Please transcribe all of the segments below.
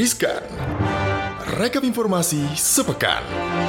Riskan. Rekap informasi sepekan.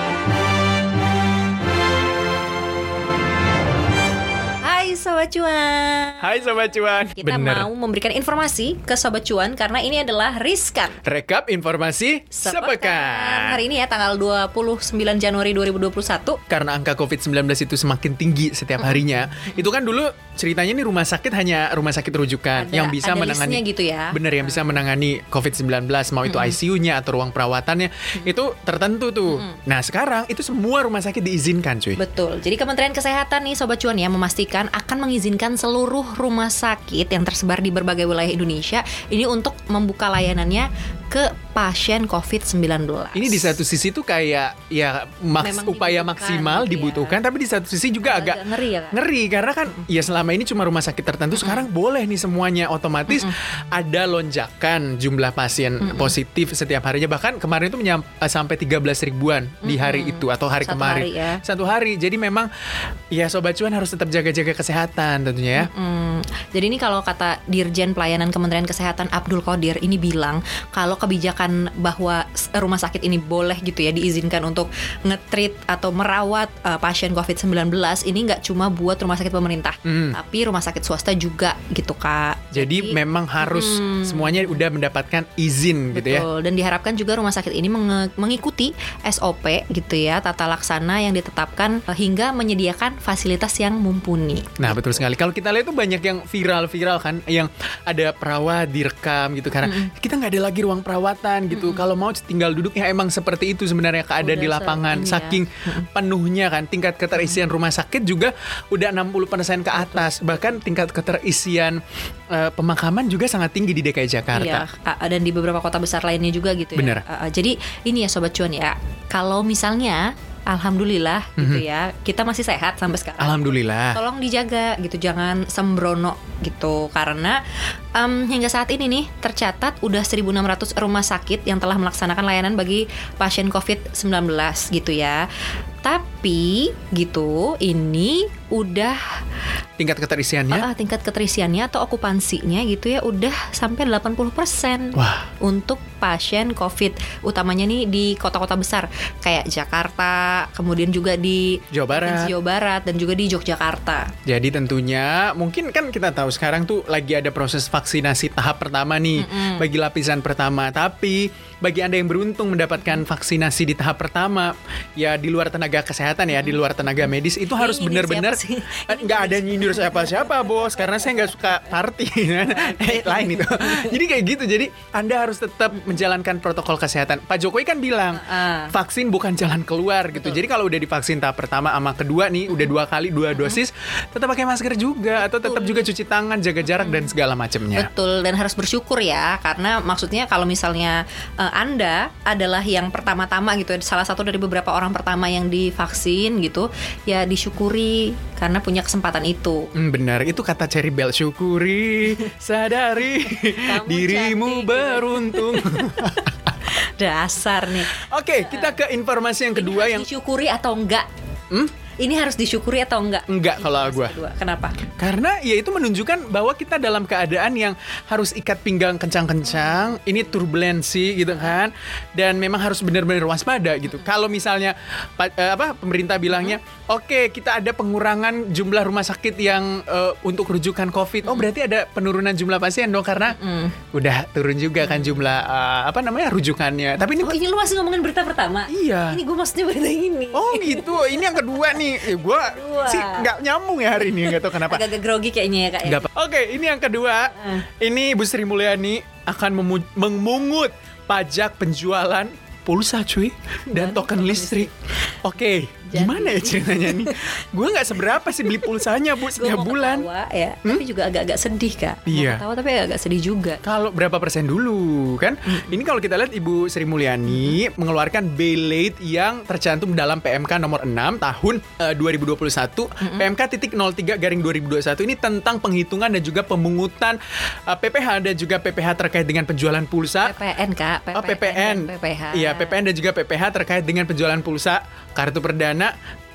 Sobat Cuan. Hai Sobat Cuan. Kita mau memberikan informasi ke Sobat Cuan karena ini adalah Riskan. Rekap informasi sepekan. Hari ini ya tanggal 29 Januari 2021. Karena angka COVID-19 itu semakin tinggi setiap harinya. Itu kan dulu ceritanya nih rumah sakit hanya rumah sakit rujukan yang bisa menangani gitu ya. Bener, yang bisa menangani COVID-19, mau itu ICU-nya atau ruang perawatannya, itu tertentu tuh. Nah, sekarang itu semua rumah sakit diizinkan, cuy. Betul. Jadi Kementerian Kesehatan nih Sobat Cuan ya memastikan akan mengizinkan seluruh rumah sakit yang tersebar di berbagai wilayah Indonesia ini untuk membuka layanannya ke pasien COVID-19. Ini di satu sisi tuh kayak ya upaya maksimal gitu dibutuhkan, tapi di satu sisi juga agak ngeri ya kan? Ngeri karena kan ya selama ini cuma rumah sakit tertentu, sekarang boleh nih semuanya, otomatis ada lonjakan jumlah pasien positif setiap harinya, bahkan kemarin itu sampai 13 ribuan di hari itu atau hari kemarin. Satu hari. Jadi memang ya Sobat Cuan harus tetap jaga-jaga kesehatan tentunya ya. Jadi ini kalau kata Dirjen Pelayanan Kementerian Kesehatan Abdul Qadir ini bilang kalau kebijakan bahwa rumah sakit ini boleh gitu ya diizinkan untuk nge-treat atau merawat pasien COVID-19 ini nggak cuma buat rumah sakit pemerintah, tapi rumah sakit swasta juga gitu Kak. Jadi memang harus semuanya udah mendapatkan izin. Betul, gitu ya. Dan diharapkan juga rumah sakit ini mengikuti SOP gitu ya, tata laksana yang ditetapkan hingga menyediakan fasilitas yang mumpuni. Nah betul sekali. Kalau kita lihat tuh banyak yang viral kan, yang ada perawat direkam gitu karena kita nggak ada lagi ruang perawatan gitu. Kalau mau tinggal duduk ya, emang seperti itu sebenarnya keadaan di lapangan. Saking penuhnya kan, tingkat keterisian rumah sakit juga udah 60% ke atas. Bahkan tingkat keterisian pemakaman juga sangat tinggi di DKI Jakarta. Iya, dan di beberapa kota besar lainnya juga gitu ya. Bener. Jadi ini ya Sobat Cuan ya, kalau misalnya alhamdulillah gitu ya, kita masih sehat sampai sekarang. Alhamdulillah. Tolong dijaga gitu, jangan sembrono gitu. Karena hingga saat ini nih tercatat udah 1.600 rumah sakit yang telah melaksanakan layanan bagi pasien COVID-19 gitu ya. Tapi gitu, ini udah tingkat keterisiannya atau okupansinya gitu ya udah sampai 80%. Wah. Untuk pasien COVID, utamanya nih di kota-kota besar kayak Jakarta, kemudian juga di Jawa Barat dan juga di Yogyakarta. Jadi tentunya mungkin kan kita tahu sekarang tuh lagi ada proses vaksinasi tahap pertama nih bagi lapisan pertama. Tapi bagi Anda yang beruntung mendapatkan vaksinasi di tahap pertama, ya di luar tenaga kesehatan ya, di luar tenaga medis, itu harus benar-benar nggak ada nyindir siapa-siapa bos, karena saya nggak suka party lain itu. Jadi kayak gitu. Jadi Anda harus tetap menjalankan protokol kesehatan. Pak Jokowi kan bilang vaksin bukan jalan keluar gitu. Jadi kalau udah divaksin tahap pertama sama kedua nih, udah 2 kali 2 dosis, tetap pakai masker juga atau tetap juga cuci tangan, jaga jarak dan segala macamnya. Betul, dan harus bersyukur ya, karena maksudnya kalau misalnya Anda adalah yang pertama-tama gitu, salah satu dari beberapa orang pertama yang divaksin gitu, ya disyukuri karena punya kesempatan itu. Benar, itu kata Cherry Bell, syukuri, sadari dirimu beruntung. Dasar nih. Oke, kita ke informasi yang kedua yang disyukuri atau enggak? Ini harus disyukuri atau enggak? Enggak kalau gue. Kenapa? Karena ya itu menunjukkan bahwa kita dalam keadaan yang harus ikat pinggang kencang-kencang. Ini turbulensi gitu kan. Dan memang harus benar-benar waspada gitu. Kalau misalnya pemerintah bilangnya, oke, kita ada pengurangan jumlah rumah sakit yang untuk rujukan COVID. Oh berarti ada penurunan jumlah pasien dong, karena udah turun juga kan jumlah rujukannya. Tapi ini lu masih ngomongin berita pertama? Iya. Ini gue maksudnya berita ini. Oh gitu. Ini yang kedua nih. Gue sih nggak nyambung ya hari ini, nggak tahu kenapa. Agak grogi kayaknya ya Kak ya. Oke, ini yang kedua. Ini Bu Sri Mulyani akan memungut pajak penjualan pulsa cuy dan token listrik. Oke, gimana ya ceritanya nih? Gue nggak seberapa sih beli pulsanya Bu setiap bulan. Ketawa, ya. Tapi juga agak-agak sedih Kak. Iya. Mau ketawa tapi agak sedih juga. Kalau berapa persen dulu kan? Ini kalau kita lihat Ibu Sri Mulyani mengeluarkan Bailate yang tercantum dalam PMK nomor 6 tahun 2021. PMK .03/2021 ini tentang penghitungan dan juga pemungutan PPh dan juga PPh terkait dengan penjualan pulsa. PPN Kak. PPN. PPH. Iya, PPN dan juga PPh terkait dengan penjualan pulsa, kartu perdana, token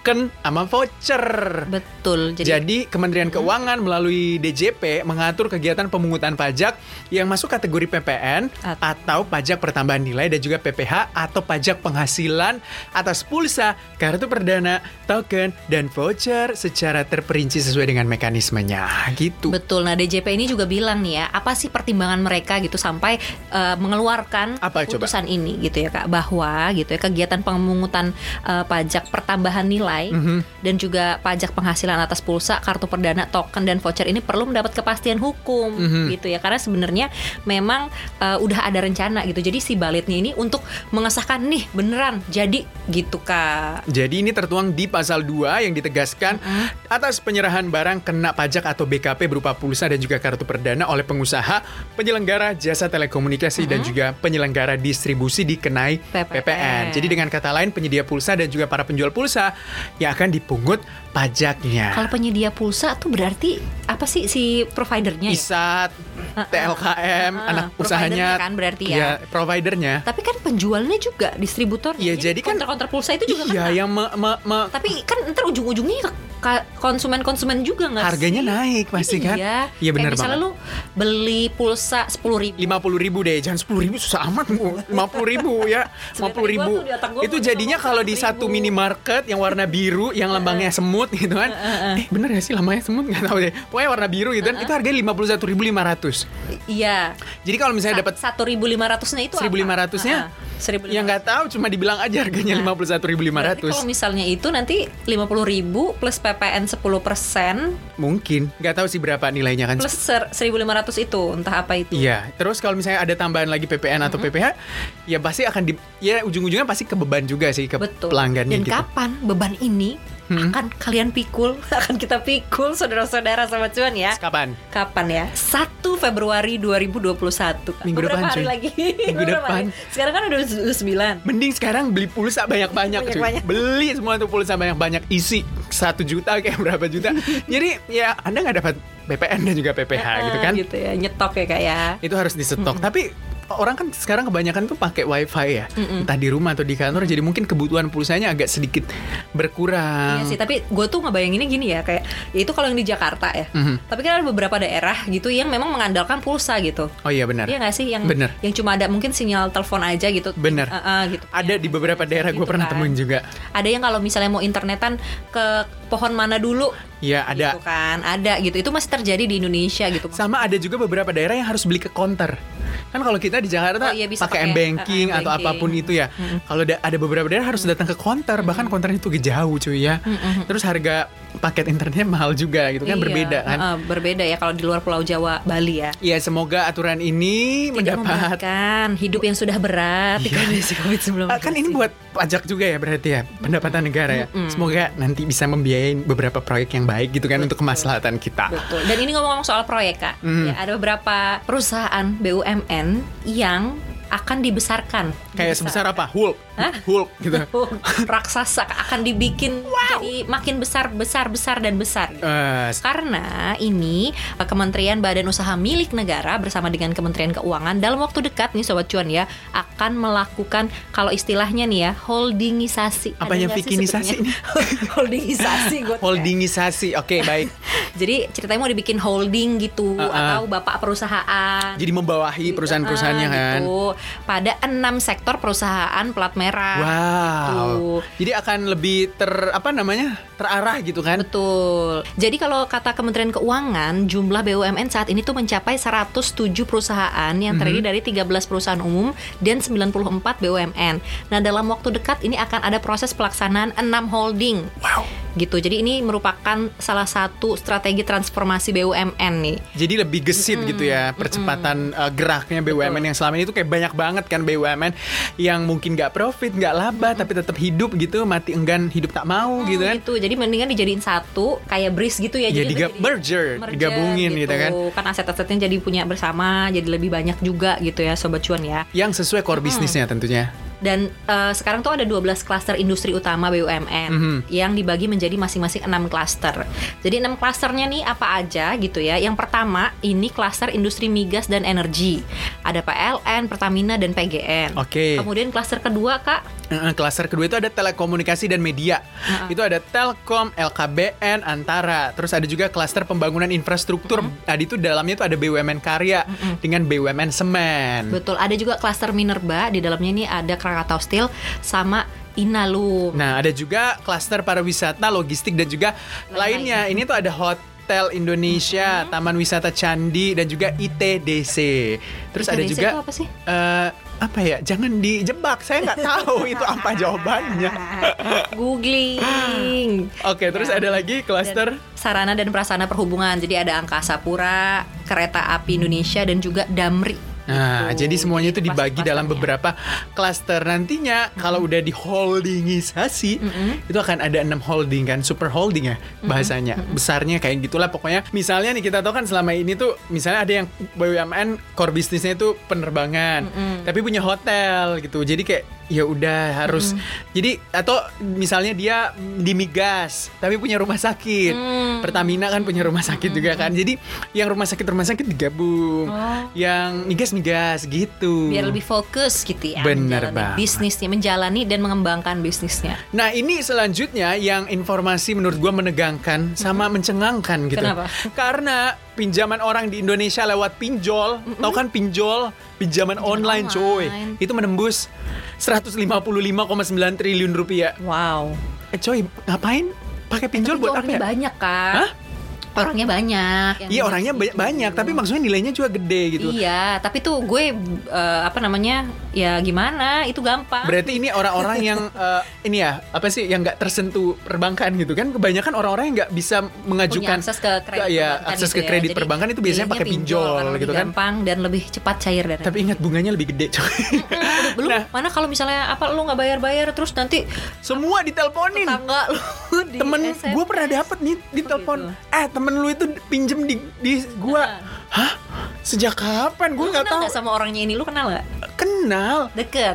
token sama voucher. Betul. Jadi Kementerian Keuangan melalui DJP mengatur kegiatan pemungutan pajak yang masuk kategori PPN atau pajak pertambahan nilai dan juga PPH atau pajak penghasilan atas pulsa, kartu perdana, token, dan voucher secara terperinci sesuai dengan mekanismenya gitu. Betul. Nah, DJP ini juga bilang nih ya, apa sih pertimbangan mereka gitu sampai mengeluarkan putusan ini gitu ya Kak, bahwa gitu ya kegiatan pemungutan pajak pertambahan nilai dan juga pajak penghasilan atas pulsa, kartu perdana, token, dan voucher ini perlu mendapat kepastian hukum gitu ya, karena sebenarnya memang udah ada rencana gitu. Jadi si Balitnya ini untuk mengesahkan nih beneran jadi gitu Kak. Jadi ini tertuang di pasal 2 yang ditegaskan atas penyerahan barang kena pajak atau BKP berupa pulsa dan juga kartu perdana oleh pengusaha, penyelenggara jasa telekomunikasi dan juga penyelenggara distribusi dikenai PPN. Jadi dengan kata lain, penyedia pulsa dan juga para penjual pulsa yang akan dipungut pajaknya. Kalau penyedia pulsa tuh berarti apa sih si providernya? ISAT, TLKM, anak usahanya kan berarti ya providernya. Tapi kan penjualnya juga distributornya. Iya, jadi kan konter pulsa itu juga iya, yang tapi kan ntar ujung-ujungnya konsumen juga nggak sih? Harganya naik pasti kan? Iya benar banget. Misalnya lu beli pulsa 10.000, 50.000 deh, jangan 10.000 susah amat Bu. 50.000 ya, 50.000. Itu jadinya kalau di satu minimarket yang warna biru, yang lambangnya semut gitu kan? Bener ya sih lambangnya semut, nggak tahu deh. Pokoknya warna biru gitu kan? Itu harganya 51.500. Iya. Jadi kalau misalnya dapat 1.500-nya itu 1.500-nya? 1.500. Ya nggak tahu, cuma dibilang aja harganya 51.500. Kalau misalnya itu nanti 50.000 plus PPN 10%, mungkin nggak tahu sih berapa nilainya kan. Plus 1.500 itu entah apa itu. Iya. Terus kalau misalnya ada tambahan lagi PPN atau PPH, ya pasti akan ya ujung-ujungnya pasti ke beban juga sih ke pelanggannya. Dan gitu. kapan beban ini akan kalian pikul, akan kita pikul saudara-saudara Sobat Cuan ya. Kapan? Ya? 1 Februari 2021. Minggu depan hari cuy. lagi? Minggu depan. Sekarang kan udah 9. Mending sekarang beli pulsa banyak-banyak cuy. Beli semua tuh pulsa banyak-banyak, isi 1 juta kayak berapa juta. Jadi ya Anda nggak dapat PPN dan juga PPH gitu kan. Gitu ya, nyetok ya Kak ya. Itu harus disetok. Tapi orang kan sekarang kebanyakan tuh pakai wifi ya, entah di rumah atau di kantor, jadi mungkin kebutuhan pulsanya agak sedikit berkurang. Iya sih, tapi gue tuh ngebayanginnya gini ya, kayak itu kalau yang di Jakarta ya. Tapi kan ada beberapa daerah gitu yang memang mengandalkan pulsa gitu. Oh iya benar. Iya nggak sih, yang bener. Yang cuma ada mungkin sinyal telepon aja gitu. Bener. Gitu. Ada di beberapa daerah gue pernah temuin juga. Ada yang kalau misalnya mau internetan ke pohon mana dulu. Iya ada. Gitu kan, ada gitu. Itu masih terjadi di Indonesia gitu. Sama ada juga beberapa daerah yang harus beli ke counter. Kan kalau kita di Jakarta pakai m-banking atau apapun itu ya. Kalau ada beberapa daerah harus datang ke counter, bahkan counternya itu jauh cuy ya. Terus harga paket internetnya mahal juga gitu kan, berbeda kan. Berbeda ya kalau di luar Pulau Jawa, Bali ya. Iya, semoga aturan ini mendapatkan hidup yang sudah berat di kondisi COVID-19. Kan ini buat pajak juga ya berarti ya, pendapatan negara ya. Semoga nanti bisa membiayai beberapa proyek yang baik gitu kan. Untuk kemaslahatan kita. Betul. Dan ini ngomong-ngomong soal proyek Kak, ya, ada beberapa perusahaan BUMN yang akan dibesarkan. Kayak sebesar apa? Hulk gitu. Raksasa akan dibikin jadi makin besar dan besar. Gitu. Karena ini Kementerian Badan Usaha Milik Negara bersama dengan Kementerian Keuangan dalam waktu dekat nih Sobat Cuan ya akan melakukan, kalau istilahnya nih ya, holdingisasi. Apa yang bikinisasi? Holdingisasi. Oke, baik. Jadi ceritanya mau dibikin holding gitu atau bapak perusahaan. Jadi membawahi perusahaan-perusahaannya kan. Gitu. Pada 6 sektor perusahaan plat merah. Wow. Gitu. Jadi akan lebih terarah gitu kan? Betul. Jadi kalau kata Kementerian Keuangan, jumlah BUMN saat ini tuh mencapai 107 perusahaan yang terdiri dari 13 perusahaan umum dan 94 BUMN. Nah, dalam waktu dekat ini akan ada proses pelaksanaan 6 holding. Wow. Gitu. Jadi ini merupakan salah satu strategi transformasi BUMN nih. Jadi lebih gesit gitu ya percepatan geraknya BUMN yang selama ini tuh kayak banyak banget kan BUMN yang mungkin nggak profit, nggak laba tapi tetap hidup gitu, mati enggan hidup tak mau gitu kan. Gitu. Jadi mendingan dijadiin satu kayak BRIS gitu ya. Jadi merger, digabungin gitu kan. Kan aset-asetnya jadi punya bersama, jadi lebih banyak juga gitu ya Sobat Cuan ya. Yang sesuai core bisnisnya tentunya. Dan sekarang tuh ada 12 klaster industri utama BUMN yang dibagi menjadi masing-masing 6 klaster. Jadi 6 klasternya nih apa aja gitu ya. Yang pertama ini klaster industri migas dan energi. ada PLN, Pertamina dan PGN. Oke. Kemudian klaster kedua, Kak. Klaster kedua itu ada telekomunikasi dan media. Itu ada Telkom, LKBN, Antara. Terus ada juga klaster pembangunan infrastruktur. Nah, itu dalamnya itu ada BUMN Karya dengan BUMN Semen. Betul, ada juga klaster minerba, di dalamnya ini ada Krakatau Steel sama Inalum. Nah, ada juga klaster pariwisata, logistik dan juga lainnya. Ini tuh ada Hotel Indonesia, Taman Wisata Candi dan juga ITDC. Terus ada ITDC juga itu apa sih? Apa ya? Jangan dijebak. Saya nggak tahu itu apa jawabannya. Googling. Oke, terus ada lagi klaster Sarana dan prasarana perhubungan. Jadi ada Angkasa Pura, Kereta Api Indonesia dan juga Damri. Nah, Gitu. jadi semuanya itu Jadi dibagi dalam beberapa klaster. Nantinya kalau udah di holdingisasi, itu akan ada 6 holding kan, super holding ya bahasanya. Besarnya kayak gitulah pokoknya. Misalnya nih kita tahu kan selama ini tuh misalnya ada yang BUMN core bisnisnya itu penerbangan, tapi punya hotel gitu. Jadi kayak ya udah harus. Jadi atau misalnya dia di migas tapi punya rumah sakit. Pertamina kan punya rumah sakit juga kan. Jadi yang rumah sakit digabung. Yang migas gitu. Biar lebih fokus gitu ya. Bener menjalani banget. bisnisnya, menjalani dan mengembangkan bisnisnya. Nah, ini selanjutnya yang informasi menurut gue menegangkan sama mencengangkan gitu. Kenapa? Karena pinjaman orang di Indonesia lewat pinjol, tahu kan pinjol, pinjaman online coy. Itu menembus 155,9 triliun rupiah. Wow. Coy, ngapain pakai pinjol Tapi buat apa orangnya ya? banyak kan? Hah? Orangnya banyak. Iya, orangnya banyak, tapi maksudnya nilainya juga gede gitu. Iya, tapi tuh gue ya gimana? Itu gampang. Berarti ini orang-orang yang ini ya, apa sih yang nggak tersentuh perbankan gitu kan? Kebanyakan orang-orang yang nggak bisa mengajukan punya akses ke kredit ya, perbankan akses gitu ke kredit Jadi, perbankan itu biasanya pakai pilihnya pinjol karena gitu lebih kan. gampang dan lebih cepat cair dari. Tapi ingat bunganya lebih gede coy. Belum, Nah, mana kalau misalnya lu nggak bayar terus nanti semua diteleponin. tetangga lu di Temen SMP. gue pernah dapet nih ditelepon. gitu. Temen lu itu pinjem di gua. Hah? Sejak kapan? Gue Lu nggak kenal tahu. nggak sama orangnya ini? Lu kenal nggak? Kenal. Deket.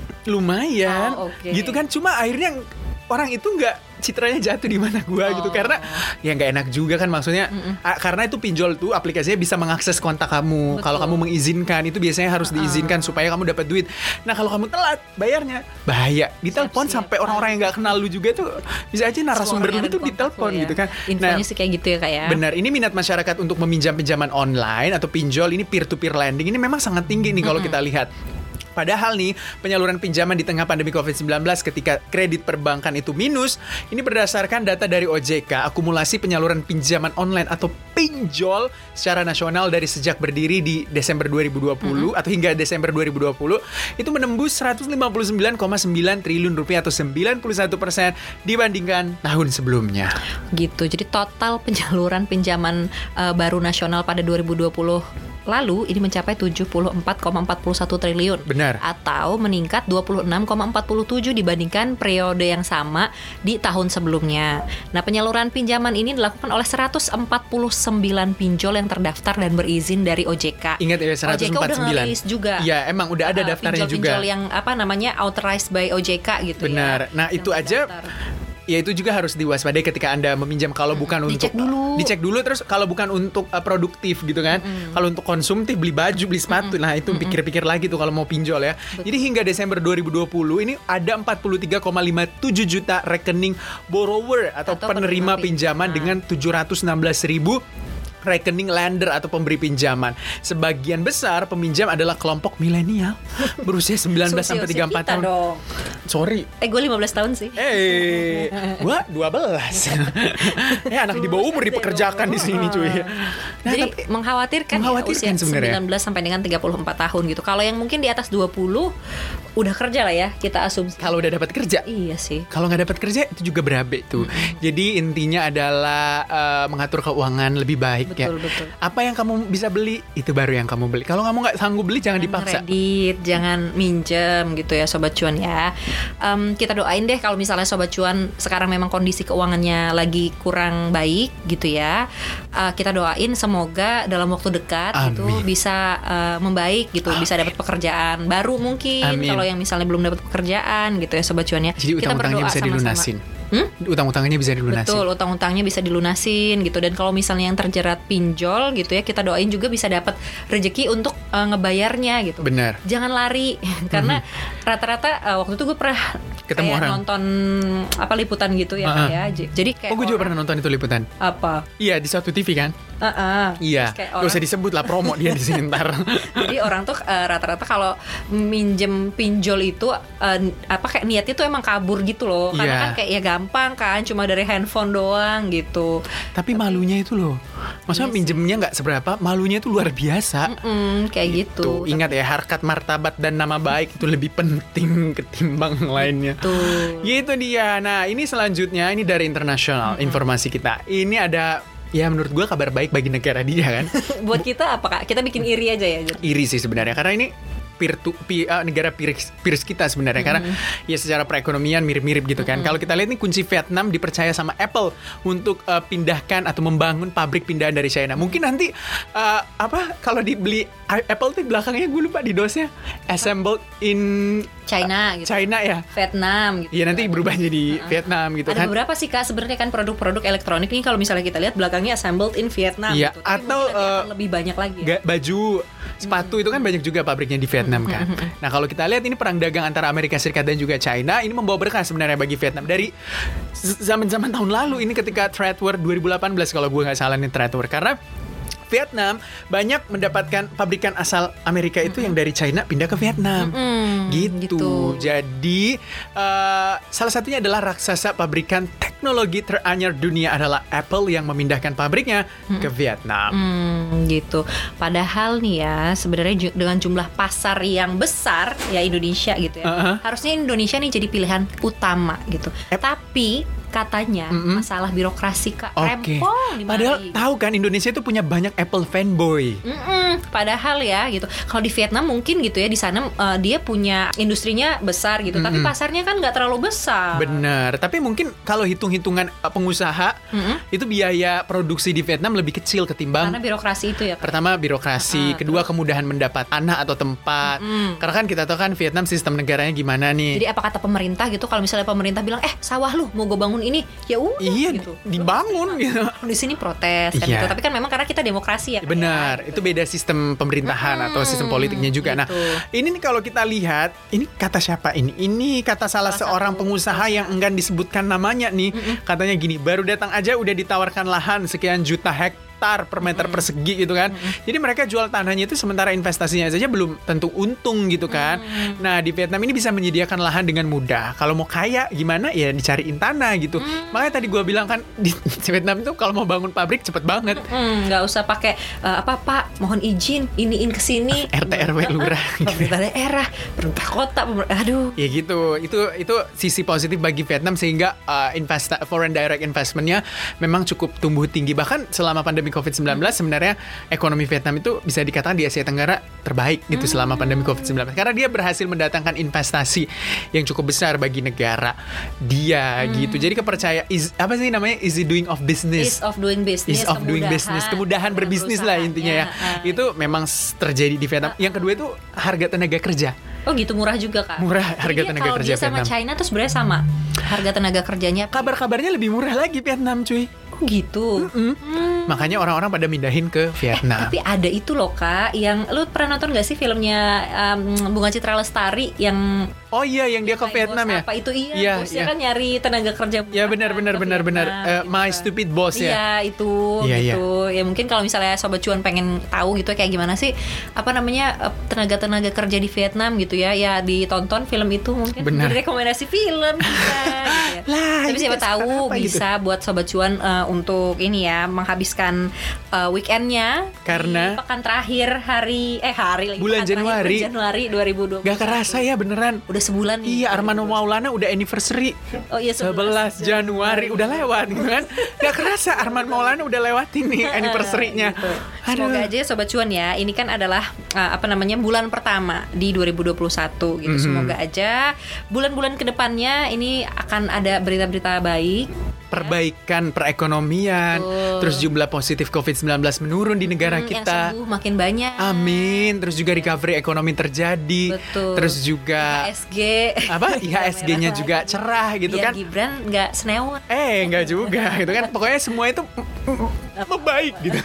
Lumayan. Oh, oke. Gitu kan, cuma akhirnya orang itu nggak citranya jatuh di mana gua gitu karena ya nggak enak juga kan maksudnya karena itu pinjol tuh aplikasinya bisa mengakses kontak kamu. Betul. Kalau kamu mengizinkan itu biasanya harus diizinkan supaya kamu dapat duit. Nah, kalau kamu telat bayarnya bahaya. Ditelepon Siap-siap. sampai orang-orang yang nggak kenal lu juga tuh bisa aja narasumber lu tuh ditelepon gitu kan. Infonya sih kayak gitu ya Kak ya. Benar, ini minat masyarakat untuk meminjam pinjaman online atau pinjol ini peer-to-peer lending ini memang sangat tinggi nih kalau kita lihat. Padahal nih, penyaluran pinjaman di tengah pandemi COVID-19 ketika kredit perbankan itu minus, ini berdasarkan data dari OJK, akumulasi penyaluran pinjaman online atau pinjol secara nasional dari sejak berdiri di Desember 2020 atau hingga Desember 2020, itu menembus 159,9 triliun rupiah atau 91% dibandingkan tahun sebelumnya. Gitu. Jadi total penyaluran pinjaman baru nasional pada 2020 lalu ini mencapai 74,41 triliun. Benar. Atau meningkat 26,47 dibandingkan periode yang sama di tahun sebelumnya. Nah, penyaluran pinjaman ini dilakukan oleh 149 pinjol yang terdaftar dan berizin dari OJK. Ingat ya, 149. OJK udah ngelis juga. Iya, emang udah ada daftarnya juga. Pinjol-pinjol yang authorized by OJK gitu. Benar. Ya. Nah, itu aja ya itu juga harus diwaspadai ketika Anda meminjam kalau bukan Dicek untuk dulu. dicek dulu terus kalau bukan untuk produktif gitu kan. Kalau untuk konsumtif beli baju, beli sepatu. Nah, itu pikir-pikir lagi tuh kalau mau pinjol ya. Jadi hingga Desember 2020 ini ada 43,57 juta rekening borrower atau penerima pinjaman dengan 716.000 rekening lender atau pemberi pinjaman. Sebagian besar peminjam adalah kelompok milenial berusia 19 sampai 34 tahun. Dong. Sorry. Gue 15 tahun sih. Gua 12. Anak di bawah umur dipekerjakan di sini cuy. Nah, jadi tapi mengkhawatirkan mengkhawatirkan ya, usia sebenarnya. 19 sampai dengan 34 tahun gitu. Kalau yang mungkin di atas 20 udah kerja lah ya, kita asumsi. kalau udah dapat kerja, Iya sih. kalau nggak dapat kerja itu juga berabe tuh. Jadi intinya adalah mengatur keuangan lebih baik ya. Betul. Apa yang kamu bisa beli itu baru yang kamu beli. Kalau kamu nggak sanggup beli jangan dipaksa. Kredit, jangan minjem gitu ya Sobat Cuan ya. Kita doain deh kalau misalnya Sobat Cuan sekarang memang kondisi keuangannya lagi kurang baik gitu ya. Kita doain semoga dalam waktu dekat itu bisa membaik gitu, bisa dapat pekerjaan baru mungkin. Amin. Kalau yang misalnya belum dapat pekerjaan gitu ya Sobat Cuan ya. Jadi Kita utang-utangnya berdoa bisa sama-sama. dilunasin. Utang-utangnya bisa dilunasi. Betul, utang-utangnya bisa dilunasin gitu. Dan kalau misalnya yang terjerat pinjol gitu ya, kita doain juga bisa dapat rezeki untuk ngebayarnya gitu. Benar. Jangan lari karena rata-rata waktu itu gue pernah Ketemu kayak orang. nonton liputan gitu ya, Kak, ya. Jadi kayak Gue juga pernah nonton itu liputan. apa? Iya, di suatu TV kan? Iya. Terus kayak Gak usah disebut lah promo dia di sini ntar. Jadi orang tuh rata-rata kalau minjem pinjol itu kayak niatnya tuh emang kabur gitu loh. Karena Iya. kan kayak ya gampang kan, cuma dari handphone doang gitu. Tapi malunya itu loh. Maksudnya Iya sih. minjemnya nggak seberapa, malunya itu luar biasa. Kayak gitu. Ingat ya, harkat martabat dan nama baik itu lebih penting ketimbang lainnya. Tuh. Gitu dia. Nah, ini selanjutnya, ini dari internasional informasi kita. Ini ada, ya menurut gue kabar baik bagi negara dia kan. Buat kita apa, Kak? Kita bikin iri aja ya. Iri sih sebenarnya, karena ini negara peers kita sebenarnya, karena ya secara perekonomian mirip-mirip gitu kan. Kalau kita lihat nih, kunci Vietnam dipercaya sama Apple untuk pindahkan atau membangun pabrik pindahan dari China. Mungkin nanti kalau dibeli Apple tuh belakangnya gue lupa di dosnya assembled in China gitu. China ya. Vietnam gitu. Iya, nanti berubah jadi Vietnam gitu Ada kan. beberapa sih, Kak, sebenarnya kan produk-produk elektronik nih kalau misalnya kita lihat belakangnya assembled in Vietnam Iya, gitu. Tapi atau, mungkin nanti akan lebih banyak lagi ya. Baju, sepatu itu kan banyak juga pabriknya di Vietnam kan. Nah, kalau kita lihat ini perang dagang antara Amerika Serikat dan juga China, ini membawa berkah sebenarnya bagi Vietnam. Dari zaman-zaman tahun lalu ini, ketika trade war 2018 kalau gue nggak salah nih, trade war, karena Vietnam banyak mendapatkan pabrikan asal Amerika itu yang dari China pindah ke Vietnam. Gitu. Jadi salah satunya adalah raksasa pabrikan teknologi teranyar dunia adalah Apple yang memindahkan pabriknya ke Vietnam. Gitu. Padahal nih ya, sebenarnya dengan jumlah pasar yang besar ya Indonesia gitu ya. Harusnya Indonesia nih jadi pilihan utama gitu. Tapi katanya masalah birokrasi, Kak, Oke. rempong di Padahal mari. tahu kan Indonesia itu punya banyak Apple fanboy. Padahal ya gitu. Kalau di Vietnam mungkin gitu ya, di sana dia punya industrinya besar gitu, tapi pasarnya kan nggak terlalu besar. Bener. Tapi mungkin kalau hitung-hitungan pengusaha itu biaya produksi di Vietnam lebih kecil ketimbang. Karena birokrasi itu ya, Kak. Pertama birokrasi, kedua kemudahan mendapat tanah atau tempat. Karena kan kita tahu kan Vietnam sistem negaranya gimana nih. Jadi apa kata pemerintah gitu, kalau misalnya pemerintah bilang sawah lu mau gue bangun ini, ya udah Iya, gitu. dibangun gitu. Di sini protes kan Iya. gitu. Tapi kan memang karena kita demokrasi ya. Kak, Benar, ya, itu gitu. beda sistem pemerintahan atau sistem politiknya juga. Nah, gitu. ini nih kalau kita lihat, ini kata siapa ini? Ini kata salah seorang satu pengusaha yang enggan disebutkan namanya nih. Katanya gini, baru datang aja udah ditawarkan lahan sekian juta hektar per meter persegi gitu kan. Jadi mereka jual tanahnya itu, sementara investasinya saja belum tentu untung gitu kan. Nah, di Vietnam ini bisa menyediakan lahan dengan mudah. Kalau mau kaya gimana ya dicariin tanah gitu. Makanya tadi gue bilang kan, di Vietnam itu kalau mau bangun pabrik cepet banget. Nggak usah pakai Pak, mohon izin iniin ke sini. RT RW lurah. Pemerintah daerah, pemerintah kota, aduh. Ya gitu, itu sisi positif bagi Vietnam, sehingga foreign direct investment-nya memang cukup tumbuh tinggi. Bahkan selama pandemi COVID-19 sebenarnya ekonomi Vietnam itu bisa dikatakan di Asia Tenggara terbaik gitu selama pandemi COVID-19. Karena dia berhasil mendatangkan investasi yang cukup besar bagi negara dia gitu. Jadi easy doing of business. Ease of doing business. Ease of doing business, kemudahan berbisnis lah intinya ya. Itu memang terjadi di Vietnam. Yang kedua itu harga tenaga kerja. Oh gitu, murah juga, Kak. Murah harga Jadi tenaga kerja kalau dia sama Vietnam. China tuh sebenarnya sama harga tenaga kerjanya. Kabar-kabarnya lebih murah lagi Vietnam, cuy. Oh gitu. Makanya orang-orang pada mindahin ke Vietnam. Tapi ada itu loh, Kak, yang lu pernah nonton gak sih filmnya Bunga Citra Lestari yang Oh iya, yang dia ke Vietnam ya? Apa itu Iya, bosnya iya. kan nyari tenaga kerja. Ya benar ke Vietnam, My Stupid Boss ya. Iya itu Iya, gitu. Ya mungkin kalau misalnya Sobat Cuan pengen tahu gitu kayak gimana sih tenaga kerja di Vietnam gitu ya. Ya ditonton film itu mungkin Benar. jadi rekomendasi film kita gitu ya. Lah, Tapi ini siapa kan tahu sekarang apa gitu? bisa buat Sobat Cuan untuk ini ya menghabiskan weekendnya Karena di pekan terakhir hari lagi Bulan pekan terakhir Januari. Januari 2020. Gak kerasa ya beneran. Udah sebulan nih. Iya, Armando Maulana udah anniversary. Oh iya 11 Januari udah lewat gitu kan. Gak kerasa Armando Maulana udah lewatin nih anniversary-nya. Gitu. Semoga aja Sobat Cuan ya. Ini kan adalah bulan pertama di 2021 gitu. Semoga aja bulan-bulan kedepannya ini akan ada berita-berita baik, perbaikan perekonomian, terus jumlah positif COVID-19 menurun di negara kita. Yang sembuh makin banyak. Amin. Terus juga recovery ekonomi terjadi. Betul. Terus juga IHSG-nya juga cerah gitu biar kan. Gibran nggak senewot. Enggak juga gitu kan. Pokoknya semua itu membaik gitu.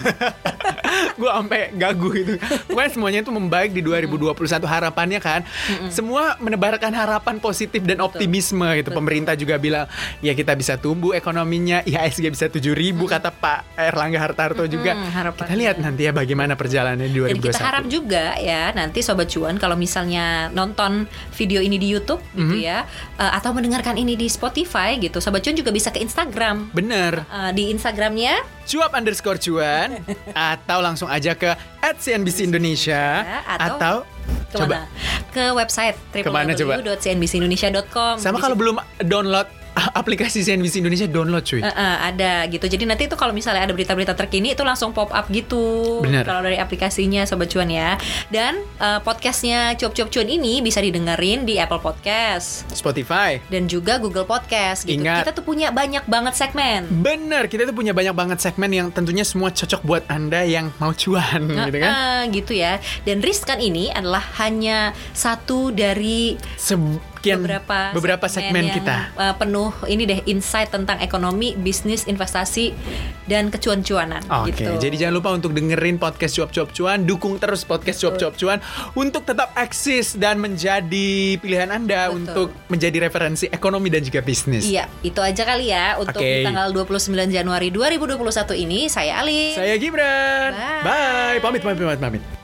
Gue sampai gagu gitu. Pokoknya semuanya itu membaik di 2021 harapannya kan. Semua menebarkan harapan positif dan optimisme gitu. Pemerintah juga bilang ya kita bisa tumbuh ekonominya, IHSG bisa 7.000 kata Pak Erlangga Hartarto juga. Kita lihat nanti ya bagaimana perjalanannya di 2021. Dan kita harap juga ya nanti Sobat Cuan kalau misalnya nonton video ini di YouTube gitu ya, atau mendengarkan ini di Spotify gitu, Sobat Cuan juga bisa ke Instagram. Bener. Di Instagramnya cuap_cuan atau langsung aja ke @CNBC Indonesia atau coba ke website www.cnbcindonesia.com. Sama kalau belum download aplikasi CNBC Indonesia, download cuy. Ada gitu. Jadi nanti itu kalau misalnya ada berita-berita terkini itu langsung pop up gitu. Bener. Kalau dari aplikasinya Sobat Cuan ya. Dan podcastnya Cuap-Cuap Cuan ini bisa didengerin di Apple Podcast, Spotify, dan juga Google Podcast gitu. Ingat, kita tuh punya banyak banget segmen. Bener, kita tuh punya banyak banget segmen yang tentunya semua cocok buat Anda yang mau cuan gitu kan. Gitu ya. Dan Riskan ini adalah hanya satu dari beberapa segmen yang kita penuh ini deh insight tentang ekonomi, bisnis, investasi dan kecuan-cuanan. Oke, jadi jangan lupa untuk dengerin podcast Cuap-Cuap Cuan, dukung terus podcast Cuap-Cuap Cuan untuk tetap eksis dan menjadi pilihan Anda untuk menjadi referensi ekonomi dan juga bisnis. Iya, itu aja kali ya untuk tanggal 29 Januari 2021 ini. Saya Ali. Saya Gibran. Bye. Pamit.